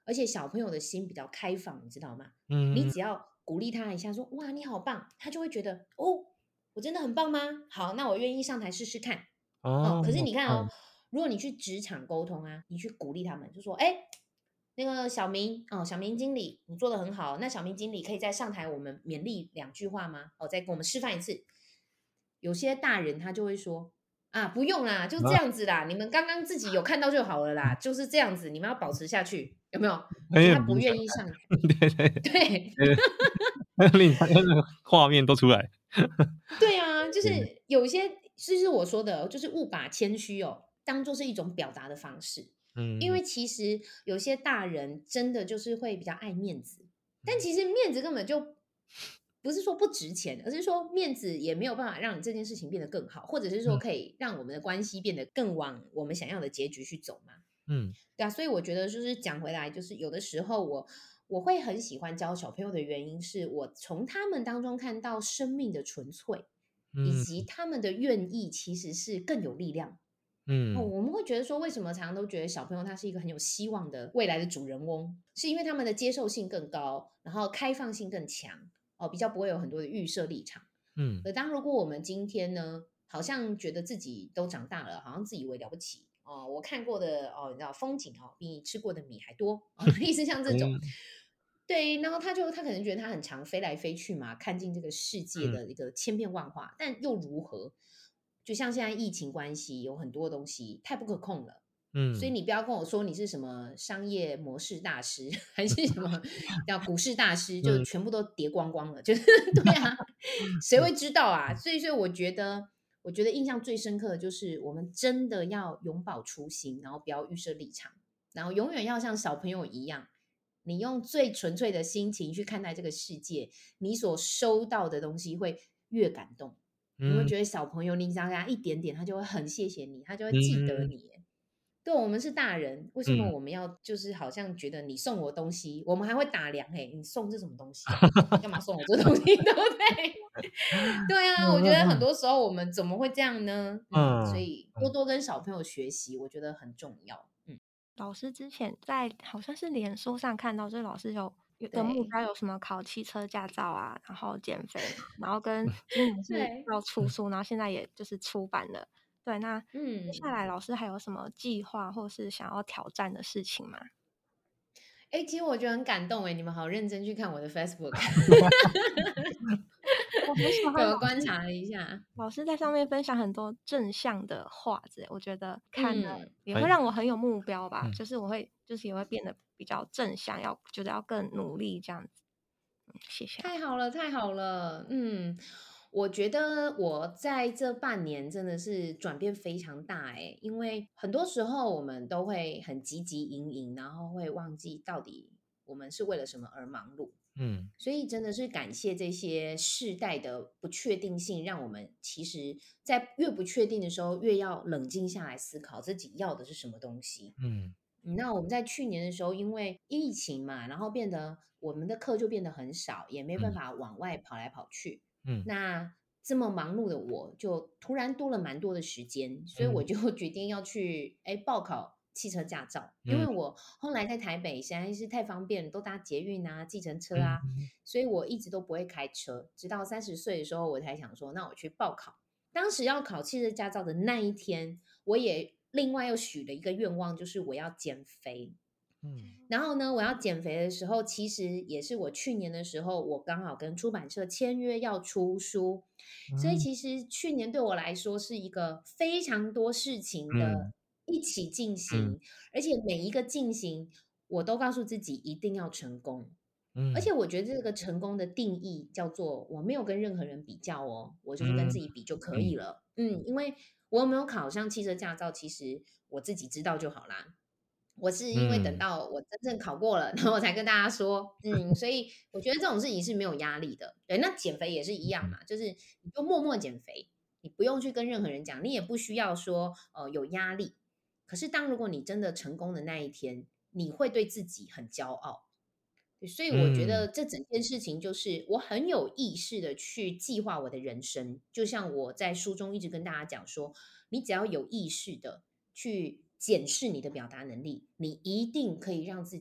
而且小朋友的心比较开放，你知道吗？你嗯只要鼓励他一下，说哇你好棒，他就会觉得哦，我真的很棒吗？好，那我愿意上台试试看。 哦， 可是你看嗯如果你去职场沟通啊，你去鼓励他们，就说哎，那个小明小明经理，你做的很好，那小明经理可以再上台我们勉励2句话吗？再给我们示范一次。有些大人他就会说啊，不用啦，就这啊， 样子啦，你们刚刚自己有看到就好了啦，就是这样子，你们要保持下去，有没有？就他不很有理想愿意上台。 感，对对对令他那个画面都出来， 对啊，就对， 是有一些，就是我说的，就是误把谦虚当做是一种表达的方式。因嗯为其实有些大人真的就是会比较爱面子，但嗯其实面子根本就不是说不值钱，而是说面子也没有办法让你这件事情变得更好，或者是说嗯可以让我们的关系变得更往我们想要的结局去走嘛。 嗯对啊，所以我觉得就是讲回来，就是有的时候我会很喜欢教小朋友的原因是我从他们当中看到生命的纯粹，以嗯及他们的愿意其实是更有力量。 嗯我们会觉得说，为什么常常都觉得小朋友他是一个很有希望的未来的主人翁，是因为他们的接受性更高，然后开放性更强，比较不会有很多的预设立场。 嗯如果我们今天呢，好像觉得自己都长大了，好像自以为了不起我看过的你知道风景比你吃过的米还多类似像这种。 嗯对，然后他可能觉得他很常飞来飞去嘛，看尽这个世界嗯的一个千变万化，但又如何？就像现在疫情关系，有很多东西太不可控了。所以嗯你不要跟我说你是什么商业模式大师，还是什么叫股市大师，就嗯全部都跌光光了，就是对啊，谁会知道啊？所以我觉得印象最深刻的就是我们真的要永葆初心，然后不要预设立场，然后永远要像小朋友一样，你用最纯粹的心情去看待这个世界，你所收到的东西会越感动。你会嗯觉得小朋友，你只要给他一点点，他就会很谢谢你，他就会记得嗯你耶。对，我们是大人，为什么嗯， 我们要就是好像觉得你送我东西，我们还会打量你送这什么东西啊？你干嘛送我这东西，对不对？对啊，我觉得很多时候我们怎么会这样呢？所嗯以多多跟小朋友学习，我觉得很重要。 老师之前在好像是脸书上看到，就是老师有个目对标，有什么考汽车驾照啊，然后减肥嘛，然后跟今年是对， 要出书，然后现在也就是出版了。对，那接下嗯。 来老师还有什么计划或是想要挑战的事情吗？ 其实我觉得很感动你们好认真去看我的 Facebook， 我很喜欢有老师， 观察了一下。 老师在上面分享很多正向的话之类，我觉得看的嗯， 也会让我很有目标吧， 嗯就是我会就是也会变得比较正向，觉得要更努力这样子。谢谢老师。 太好了，太好了。我觉得我在这半年真的是转变非常大因为很多时候我们都会很汲汲营营，然后会忘记到底我们是为了什么而忙碌。 嗯所以真的是感谢这些世代的不确定性，让我们其实在越不确定的时候，越要冷静下来思考自己要的是什么东西。 嗯那我们在去年的时候，因为疫情嘛，然后变得我们的课就变得很少，也没办嗯法往外跑来跑去。 嗯那这么忙碌的我，就突然多了蛮多的时间，所以我就决定要去报考汽车驾照。因为嗯我后来在台北实在是太方便了，都搭捷运啊、计程车啊， 嗯所以我一直都不会开车。直到30岁的时候，我才想说，那我去报考。当时要考汽车驾照的那一天，我也另外又许了一个愿望，就是我要减肥。 嗯然后呢，我要减肥的时候，其实也是我去年的时候，我刚好跟出版社签约要出书，所以嗯其实去年对我来说是一个非常多事情的嗯一起进嗯行，而且每一个进行，我都告诉自己一定要成功。而嗯且我觉得这个成功的定义叫做我没有跟任何人比较我就是跟嗯自己比就可以了。因为我有没有考上汽车驾照，其实我自己知道就好啦。我是因为等嗯到我真正考过了，然后我才跟大家说，所以我觉得这种事情是没有压力的。对，那减肥也是一样嘛，就是你就默默减肥，你不用去跟任何人讲，你也不需要说有压力。可是如果你真的成功的那一天，你会对自己很骄傲。对，所以我觉嗯得这整件事情就是我很有意识的去计划我的人生，就像我在书中一直跟大家讲说，你只要有意识的去检视你的表达能力，你一定可以让自己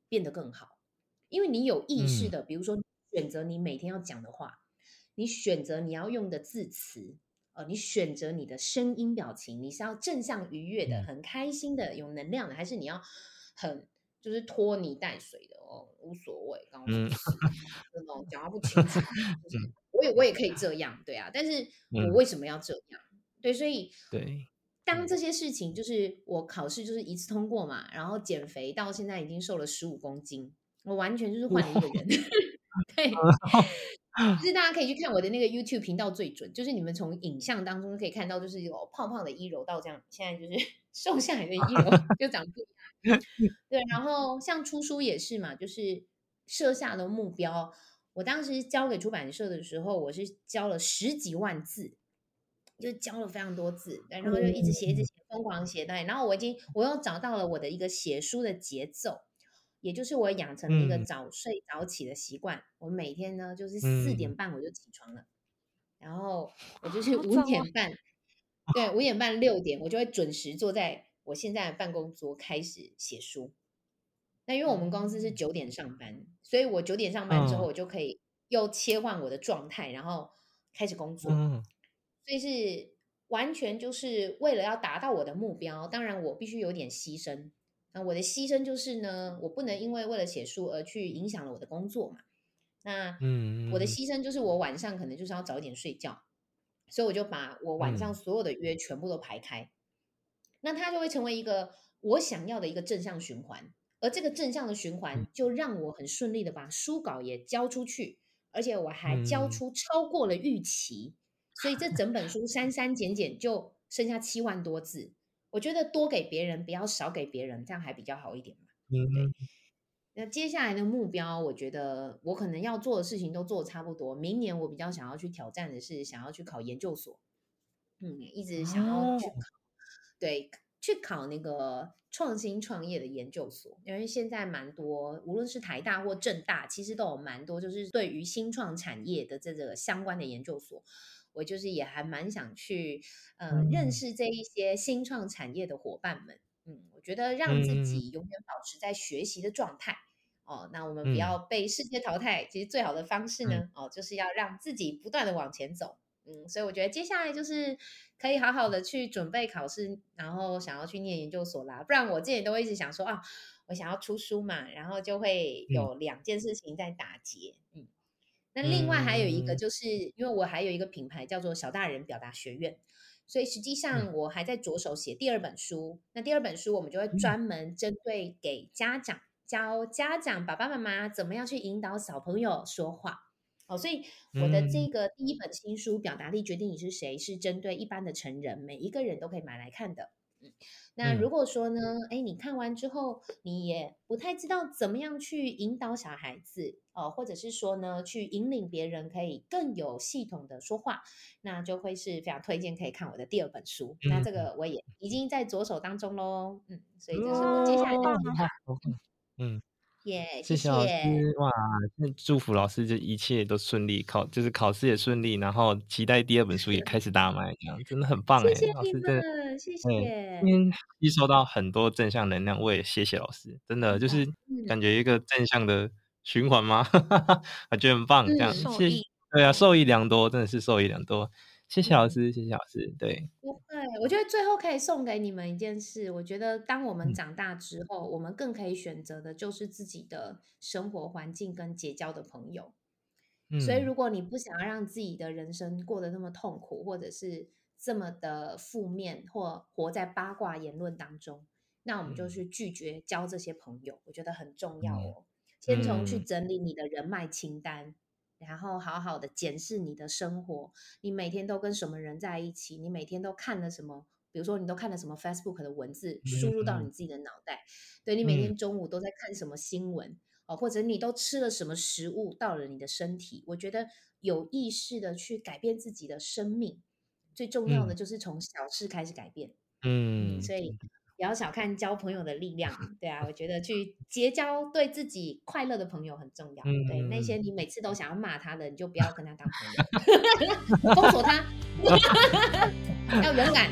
变得更好，因为你有意识的，比如说选择你每天要讲的话，你选择你要用的字词，你选择你的声音表情，你是要正向愉悦的、很开心的、有能量的，还是你要很就是拖泥带水的无所谓，刚刚什么事，那种讲话不清楚，就是我也可以这样，对啊，但是我为什么要这样？对，所以对， 当这些事情就是我考试就是一次通过嘛，然后减肥到现在已经瘦了15公斤，我完全就是换了一个人，对。就是大家可以去看我的那个 YouTube 频道最准，就是你们从影像当中可以看到，就是有胖胖的一柔到这样，现在就是瘦下来的一柔就长不一样。对，然后像出书也是嘛，就是设下的目标。我当时交给出版社的时候，我是交了10几万字，就交了非常多字，对，然后就一直写，疯狂写，对，然后我又找到了我的一个写书的节奏。也就是我养成了一个早睡早起的习惯，我每天呢就是4点半我就起床了，然后我就是5点半，对，5点半6点我就会准时坐在我现在的办公桌开始写书。那因为我们公司是9点上班，所以我9点上班之后，我就可以又切换我的状态，然后开始工作。所以是完全就是为了要达到我的目标，当然我必须有点牺牲。那我的牺牲就是呢，我不能因为了写书而去影响了我的工作嘛。那我的牺牲就是我晚上可能就是要早一点睡觉，所以我就把我晚上所有的约全部都排开。那它就会成为一个我想要的一个正向循环，而这个正向的循环就让我很顺利的把书稿也交出去，而且我还交出超过了预期，所以这整本书删删减减就剩下7万多字。我觉得多给别人，不要少给别人，这样还比较好一点嘛。对。那接下来的目标，我觉得我可能要做的事情都做差不多。明年我比较想要去挑战的是，想要去考研究所。一直想要去考，对，去考那个创新创业的研究所，因为现在蛮多，无论是台大或政大，其实都有蛮多，就是对于新创产业的这个相关的研究所。我就是也还蛮想去认识这一些新创产业的伙伴们，我觉得让自己永远保持在学习的状态，那我们不要被世界淘汰，其实最好的方式呢，就是要让自己不断的往前走，所以我觉得接下来就是可以好好的去准备考试，然后想要去念研究所啦，不然我之前都会一直想说我想要出书嘛，然后就会有2件事情在打结，那另外还有一个就是因为我还有一个品牌叫做小大人表达学院，所以实际上我还在着手写第2本书。那第2本书我们就会专门针对给家长，教家长爸爸妈妈怎么样去引导小朋友说话。所以我的这个第1本新书《表达力决定你是谁》是针对一般的成人，每一个人都可以买来看的。那如果说呢，你看完之后，你也不太知道怎么样去引导小孩子或者是说呢，去引领别人可以更有系统的说话，那就会是非常推荐可以看我的第2本书。那这个我也已经在着手当中咯，所以这是我接下来的计划。 谢谢老师，哇，祝福老师，就一切都顺利，就是考试也顺利，然后期待第2本书也开始大卖，这样真的很棒谢谢老师， 你们，谢谢。 今天吸收到很多正向能量，我也谢谢老师，真的就是感觉一个正向的循环吗？我觉得很棒，这样对啊，受益良多，真的是受益良多。谢谢老师，谢谢老师。对， 不会，我觉得最后可以送给你们一件事。我觉得当我们长大之后，我们更可以选择的就是自己的生活环境跟结交的朋友。所以如果你不想要让自己的人生过得那么痛苦，或者是这么的负面，或活在八卦言论当中，那我们就去拒绝交这些朋友，我觉得很重要哦。先从去整理你的人脉清单，然后好好的检视你的生活，你每天都跟什么人在一起，你每天都看了什么，比如说你都看了什么 Facebook 的文字输入到你自己的脑袋，对，你每天中午都在看什么新闻或者你都吃了什么食物到了你的身体。我觉得有意识的去改变自己的生命，最重要的就是从小事开始改变。所以不要小看交朋友的力量，对啊，我觉得去结交对自己快乐的朋友很重要。对，那些你每次都想要骂他的，你就不要跟他当朋友，封锁他，要勇敢。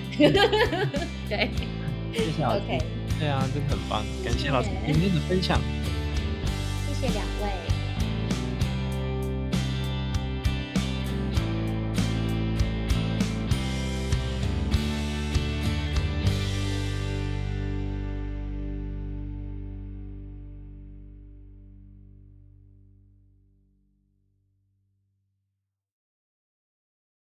对， 谢谢老师。OK， 对啊，真的很棒，感谢老师今天的分享。 谢两位。